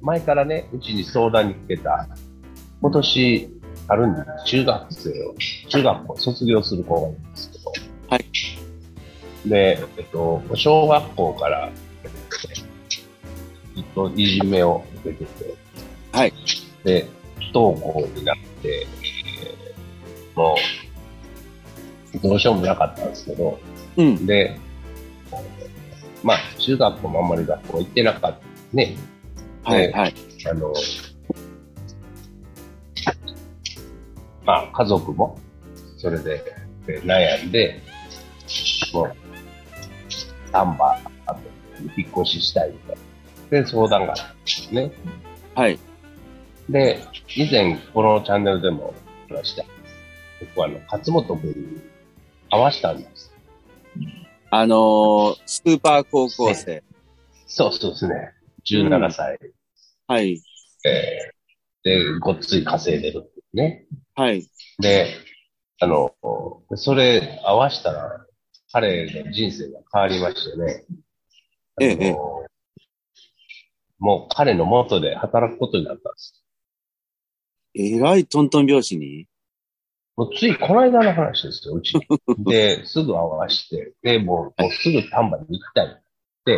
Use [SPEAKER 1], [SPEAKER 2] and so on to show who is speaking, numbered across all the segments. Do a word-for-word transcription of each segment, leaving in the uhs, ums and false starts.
[SPEAKER 1] 前からね、うちに相談に来てた、今年春に中学生を、中学校卒業する子がいるんですけど、
[SPEAKER 2] はい。
[SPEAKER 1] で、えっと、小学校から、ずっといじめを受けてて、
[SPEAKER 2] はい。
[SPEAKER 1] で、不登校になって、えー、もう、どうしようもなかったんですけど、
[SPEAKER 2] うん。
[SPEAKER 1] で、まあ、中学校もあんまり学校行ってなかったね。
[SPEAKER 2] はい。はい。
[SPEAKER 1] あの、まあ、家族も、それで、悩んで、もう、丹波引っ越ししたいみたいな。で、相談があったんですね。
[SPEAKER 2] はい。
[SPEAKER 1] で、以前、このチャンネルでも言いました。僕はあの、勝本君に会わしたんです。
[SPEAKER 2] あのー、スーパー高校生。
[SPEAKER 1] ね、そうそうですね。じゅうななさい。うん、
[SPEAKER 2] はい。
[SPEAKER 1] えー、で、ごっつい稼いでるってね。
[SPEAKER 2] はい。
[SPEAKER 1] で、あの、それ合わしたら、彼の人生が変わりましてね。あ
[SPEAKER 2] ええ、ええ。
[SPEAKER 1] の、もう彼の元で働くことになったんです。
[SPEAKER 2] えらいトントン拍子に。
[SPEAKER 1] もうついこの間の話ですよ、うちに。で、すぐ合わして、で、もう、もうすぐ丹波に行きたいって、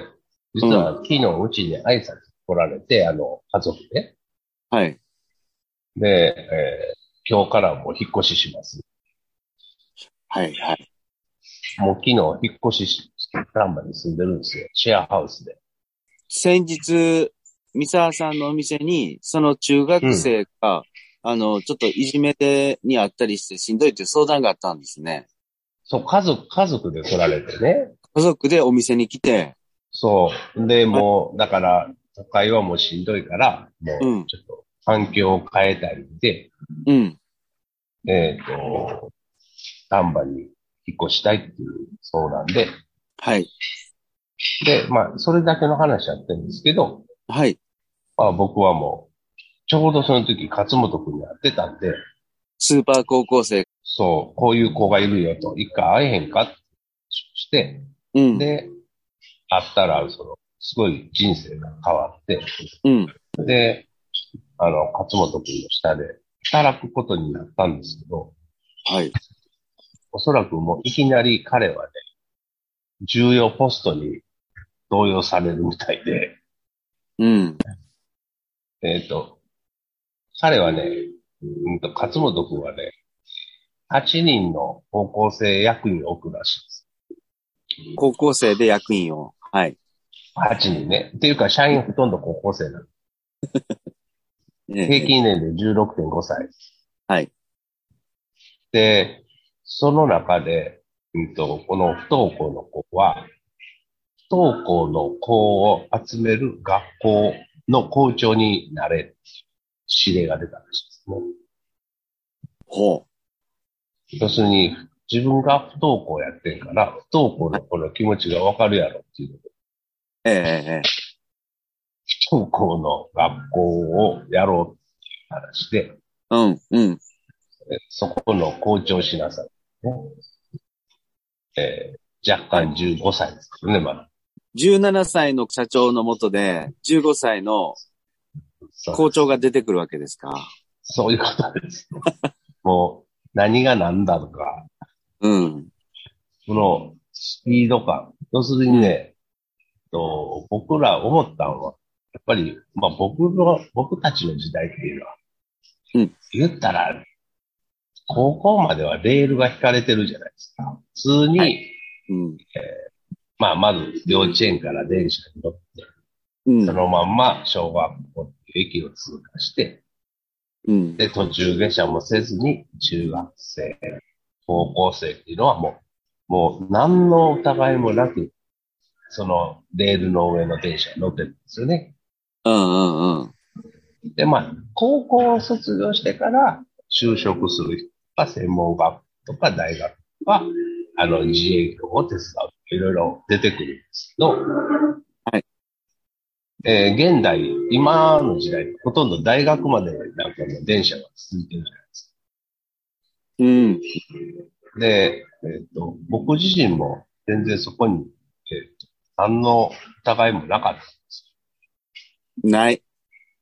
[SPEAKER 1] 実
[SPEAKER 2] うん。
[SPEAKER 1] は昨日うちに挨拶来られて、あの、家族で。
[SPEAKER 2] はい。
[SPEAKER 1] で、えー今日からもう引っ越しします。
[SPEAKER 2] はい。はい。
[SPEAKER 1] もう昨日引っ越しし、丹波に住んでるんですよ。シェアハウスで。
[SPEAKER 2] 先日、三沢さんのお店に、その中学
[SPEAKER 1] うん。
[SPEAKER 2] 生が、あの、ちょっといじめでにあったりしてしんどいっていう相談があったんですね。
[SPEAKER 1] そう、家族、家族で来られてね。
[SPEAKER 2] 家族でお店に来て、
[SPEAKER 1] そう。で、
[SPEAKER 2] はい。
[SPEAKER 1] もう、だから、都会はもうしんどいから、もう、
[SPEAKER 2] うん。
[SPEAKER 1] ちょっと、環境を変えたいんで、
[SPEAKER 2] うん。
[SPEAKER 1] えっと、丹波に引っ越したいっていう相談で、
[SPEAKER 2] はい。
[SPEAKER 1] で、まあ、それだけの話やってるんですけど、
[SPEAKER 2] はい。
[SPEAKER 1] まあ、僕はもう、ちょうどその時、勝本くんに会ってたんで、
[SPEAKER 2] スーパー高校生。
[SPEAKER 1] そう、こういう子がいるよと、一回会えへんかってして、
[SPEAKER 2] うん。
[SPEAKER 1] で、会ったら、その、すごい人生が変わって、
[SPEAKER 2] うん。
[SPEAKER 1] で、あの、勝本くんの下で働くことになったんですけど、
[SPEAKER 2] はい。
[SPEAKER 1] おそらくもういきなり彼はね、重要ポストに動揺されるみたいで、
[SPEAKER 2] うん。
[SPEAKER 1] えっと、彼はね、うんと、勝本くんはね、はちにんの高校生役員を置くらしいです。
[SPEAKER 2] 高校生で役員を。はい。
[SPEAKER 1] はちにんね。っていうか、社員ほとんど高校生なの。
[SPEAKER 2] ええ、
[SPEAKER 1] 平均年齢じゅうろくてんごさい。
[SPEAKER 2] はい。
[SPEAKER 1] で、その中で、うんと、この不登校の子は、不登校の子を集める学校の校長になれ、指令が出たらしいですね。
[SPEAKER 2] ほ
[SPEAKER 1] 要するに、自分が不登校やってんから、不登校
[SPEAKER 2] う。はい。
[SPEAKER 1] の子の気持ちがわかるやろっていう。
[SPEAKER 2] ええ、ええ。
[SPEAKER 1] 不登校の学校をやろうっていう話で、
[SPEAKER 2] うん、うん。
[SPEAKER 1] そこの校長しなさい。ね、えー、若
[SPEAKER 2] はい。
[SPEAKER 1] 干じゅうごさいですけどね、まだ。
[SPEAKER 2] じゅうななさいの社長のもとで、じゅうごさいの校長
[SPEAKER 1] そうです。
[SPEAKER 2] が出てくるわけですか。
[SPEAKER 1] そういうことです。もう、何が何だとか、
[SPEAKER 2] うん、
[SPEAKER 1] そのスピード感。要するに
[SPEAKER 2] うん、
[SPEAKER 1] ね、と僕ら思ったのは、やっぱり、まあ僕の、僕たちの時代っていうのは、
[SPEAKER 2] うん。
[SPEAKER 1] 言ったら、高校まではレールが引かれてるじゃないですか。普通
[SPEAKER 2] はい。
[SPEAKER 1] に、
[SPEAKER 2] うん、
[SPEAKER 1] まあまず幼稚園から電車に乗って、
[SPEAKER 2] うん、
[SPEAKER 1] そのまんま小学校っていう駅を通過して、
[SPEAKER 2] うん。
[SPEAKER 1] で、途中下車もせずに中学生、高校生っていうのはもう、もう何の疑いもなく、そのレールの上の電車に乗ってるんですよね。
[SPEAKER 2] うん、うん、うん。
[SPEAKER 1] で、まあ、高校を卒業してから就職する人が専門学校とか大学は、あの、自営業を手伝う。いろいろ出てくるんですけど、
[SPEAKER 2] はい。
[SPEAKER 1] えー現代、今の時代、ほとんど大学までなんかの電車が続いてるじゃないです
[SPEAKER 2] うん。
[SPEAKER 1] か。で、えっと、僕自身も全然そこに、えっと、何の疑いもなかったんです。
[SPEAKER 2] ない。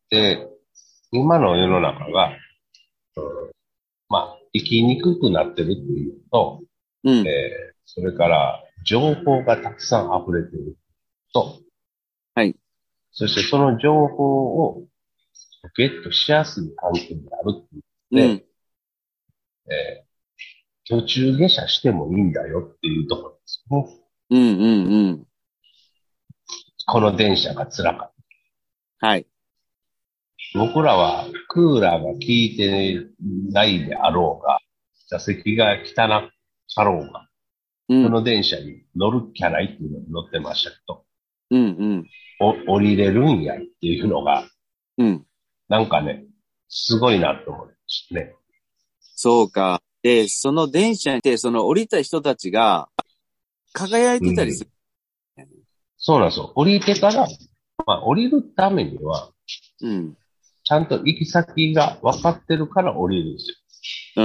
[SPEAKER 1] で、今の世の中が、うん、まあ、生きにくくなってるっていうのと、
[SPEAKER 2] うん。
[SPEAKER 1] えー、それから、情報がたくさん溢れてると、
[SPEAKER 2] はい。
[SPEAKER 1] そしてその情報をゲットしやすい環境にあるっていう
[SPEAKER 2] うん。
[SPEAKER 1] ので、えー、途中下車してもいいんだよっていうところですよね。
[SPEAKER 2] うん。うん。うん。
[SPEAKER 1] この電車が辛かった。
[SPEAKER 2] はい。
[SPEAKER 1] 僕らはクーラーが効いてないであろうが、座席が汚かろうが、
[SPEAKER 2] うん。
[SPEAKER 1] この電車に乗るきゃないっていうのに乗ってましたけど、
[SPEAKER 2] うん。うん。
[SPEAKER 1] お降りれるんやっていうのが、
[SPEAKER 2] うん。
[SPEAKER 1] なんかね、すごいなと思いましたね。
[SPEAKER 2] そうか。で、その電車で、その降りた人たちが輝い
[SPEAKER 1] うん。
[SPEAKER 2] てたりする。
[SPEAKER 1] そうなんですよ。降りてから、まあ降りるためには、
[SPEAKER 2] うん。
[SPEAKER 1] ちゃんと行き先が分かってるから降りるんですよ。
[SPEAKER 2] うん。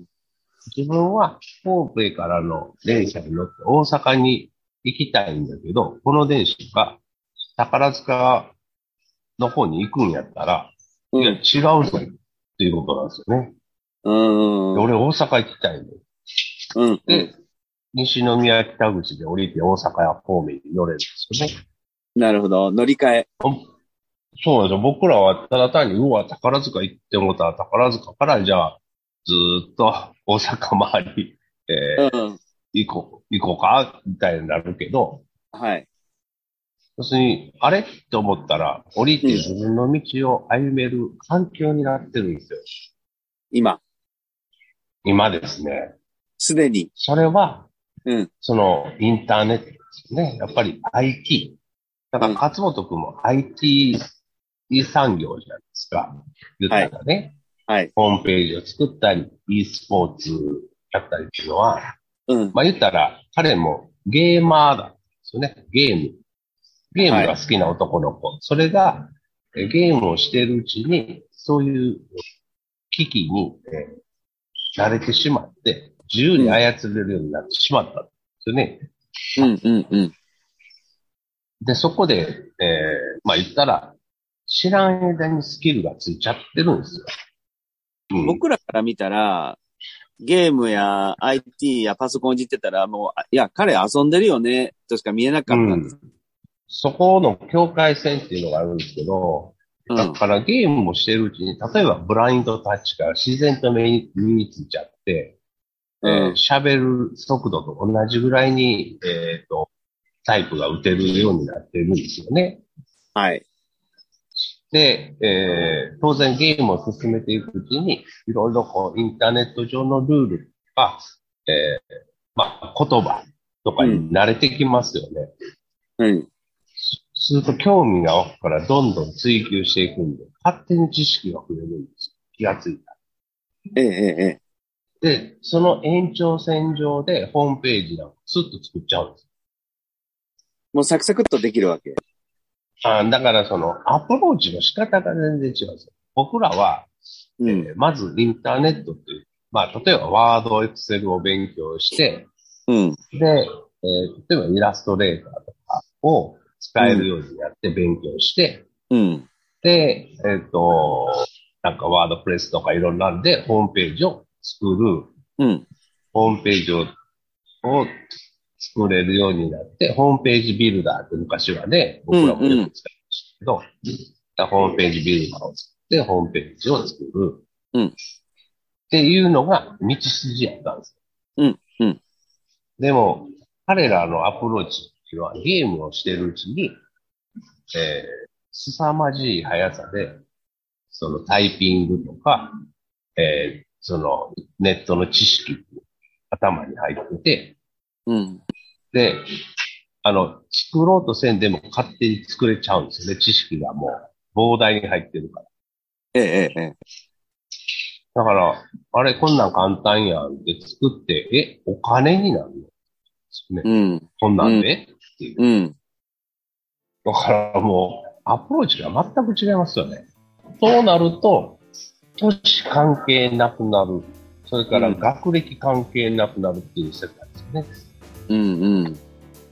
[SPEAKER 1] 自分は神戸からの電車に乗って大阪に行きたいんだけど、この電車が宝塚の方に行くんやったら、いや、違
[SPEAKER 2] うん。
[SPEAKER 1] うぞっていうことなんですよね。
[SPEAKER 2] うん。うん。
[SPEAKER 1] で俺大阪行きたいんで。
[SPEAKER 2] うん。うん。
[SPEAKER 1] で、西宮北口で降りて大阪や方面に乗れるんですよね。
[SPEAKER 2] なるほど。乗り換え。
[SPEAKER 1] そうなんですよ。僕らはただ単に、うわ、宝塚行って思ったら宝塚からじゃあ、ずーっと大阪周り、
[SPEAKER 2] う
[SPEAKER 1] え
[SPEAKER 2] ん。
[SPEAKER 1] ー、行こう、行こうか、みたいになるけど、
[SPEAKER 2] はい。
[SPEAKER 1] 要するに、あれって思ったら、降り
[SPEAKER 2] うん。
[SPEAKER 1] て自分の道を歩める環境になってるんですよ。
[SPEAKER 2] 今、
[SPEAKER 1] 今ですね。
[SPEAKER 2] すでに。
[SPEAKER 1] それは、
[SPEAKER 2] うん。
[SPEAKER 1] その、インターネットですね。やっぱり アイティー。だから、
[SPEAKER 2] うん。
[SPEAKER 1] 勝本くんも アイティー 産業じゃないですか。言っ
[SPEAKER 2] はい。
[SPEAKER 1] たらね。
[SPEAKER 2] はい。
[SPEAKER 1] ホームページを作ったり、e スポーツやったりっていうのは、
[SPEAKER 2] うん。
[SPEAKER 1] まあ言ったら、彼もゲーマーだったんですよね。ゲーム。ゲーム
[SPEAKER 2] はい。
[SPEAKER 1] が好きな男の子。それが、えゲームをしているうちに、そういう機器に、えー慣れてしまって、自由
[SPEAKER 2] うん。
[SPEAKER 1] に操れるようになってしまったんですよね。
[SPEAKER 2] うん。うん。うん。
[SPEAKER 1] で、そこで、えーまあ言ったら、知らん間にスキルがついちゃってるんですよ。うん。
[SPEAKER 2] 僕らから見たら、ゲームや アイティー やパソコンいじってたら、もう、いや、彼遊んでるよね、としか見えなか
[SPEAKER 1] う
[SPEAKER 2] ったんです。
[SPEAKER 1] ん。そこの境界線っていうのがあるんですけど、
[SPEAKER 2] うん。
[SPEAKER 1] だからゲームもしてるうちに、例えばブラインドタッチが自然と目に身についちゃって、
[SPEAKER 2] うん。
[SPEAKER 1] えー喋る速度と同じぐらいに、えっと、タイプが打てるようになってるんですよね。
[SPEAKER 2] はい。
[SPEAKER 1] で、えー当然ゲームを進めていくうちに、いろいろこう、インターネット上のルールとか、えーまあ、言葉とか
[SPEAKER 2] うん。
[SPEAKER 1] に慣れてきますよね。
[SPEAKER 2] うん。
[SPEAKER 1] すると興味が湧くからどんどん追求していくんで、勝手に知識が増えるんですよ。気がついた。
[SPEAKER 2] ええ、ええ、ええ。
[SPEAKER 1] で、その延長線上でホームページなんかスッと作っちゃうんです。
[SPEAKER 2] もうサクサクっとできるわけ。
[SPEAKER 1] あだからそのアプローチの仕方が全然違うんですよ。僕らは、
[SPEAKER 2] うん。
[SPEAKER 1] えーまずインターネットっていう、まあ例えばワード、エクセルを勉強して、
[SPEAKER 2] うん。
[SPEAKER 1] で、えー例えばイラストレーターとかを使える
[SPEAKER 2] うん。
[SPEAKER 1] ようにやって勉強して、
[SPEAKER 2] うん。
[SPEAKER 1] で、えっと、なんかワードプレスとかいろんなんでホームページを作る、
[SPEAKER 2] うん。
[SPEAKER 1] ホームページを、を作れるようになって、ホームページビルダーって昔はね、
[SPEAKER 2] うん。
[SPEAKER 1] 僕らもよ
[SPEAKER 2] うん。
[SPEAKER 1] く使いましたけど、ホームページビルダーを作って、ホームページを作る
[SPEAKER 2] うん。
[SPEAKER 1] っていうのが道筋やったんです。
[SPEAKER 2] うん。うん。
[SPEAKER 1] でも、彼らのアプローチっていうのはゲームをしてるうちに、えー、凄まじい速さで、そのタイピングとか、えー、そのネットの知識って頭に入ってて、
[SPEAKER 2] うん。
[SPEAKER 1] で、あの、作ろうとせんでも勝手に作れちゃうんですよね。知識がもう膨大に入ってるから。
[SPEAKER 2] ええ、ええ、ええ。
[SPEAKER 1] だから、あれ、こんなん簡単やんって作って、え、お金になるのですね。
[SPEAKER 2] うん。
[SPEAKER 1] こんな
[SPEAKER 2] うん。
[SPEAKER 1] んでっていう。
[SPEAKER 2] うん。
[SPEAKER 1] だからもう、アプローチが全く違いますよね。そうなると、年関係なくなる。それから
[SPEAKER 2] うん。
[SPEAKER 1] 学歴関係なくなるっていう世界ですよね。
[SPEAKER 2] うん。うん。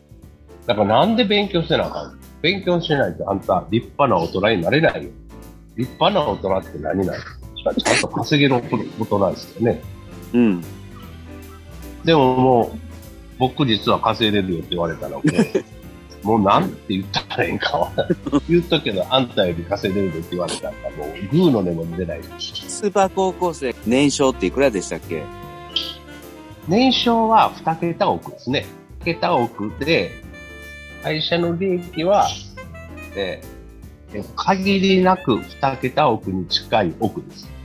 [SPEAKER 1] だからなんで勉強せなあかんの？勉強しないとあんた立派な大人になれないよって立派な大人って何なの？ちゃんと稼げる大人ですよね。
[SPEAKER 2] うん。
[SPEAKER 1] でももう、僕実は稼いでるよって言われたら、もう、もうなんて言ったらいいんかは。言ったけど、あんたより稼いでるよって言われたら、もう、グーの音も出ないし。
[SPEAKER 2] スーパー高校生、年商っていくらでしたっけ？
[SPEAKER 1] 年商はに桁億ですね。に桁億で、会社の利益は、えー限りなくに桁億に近い億です。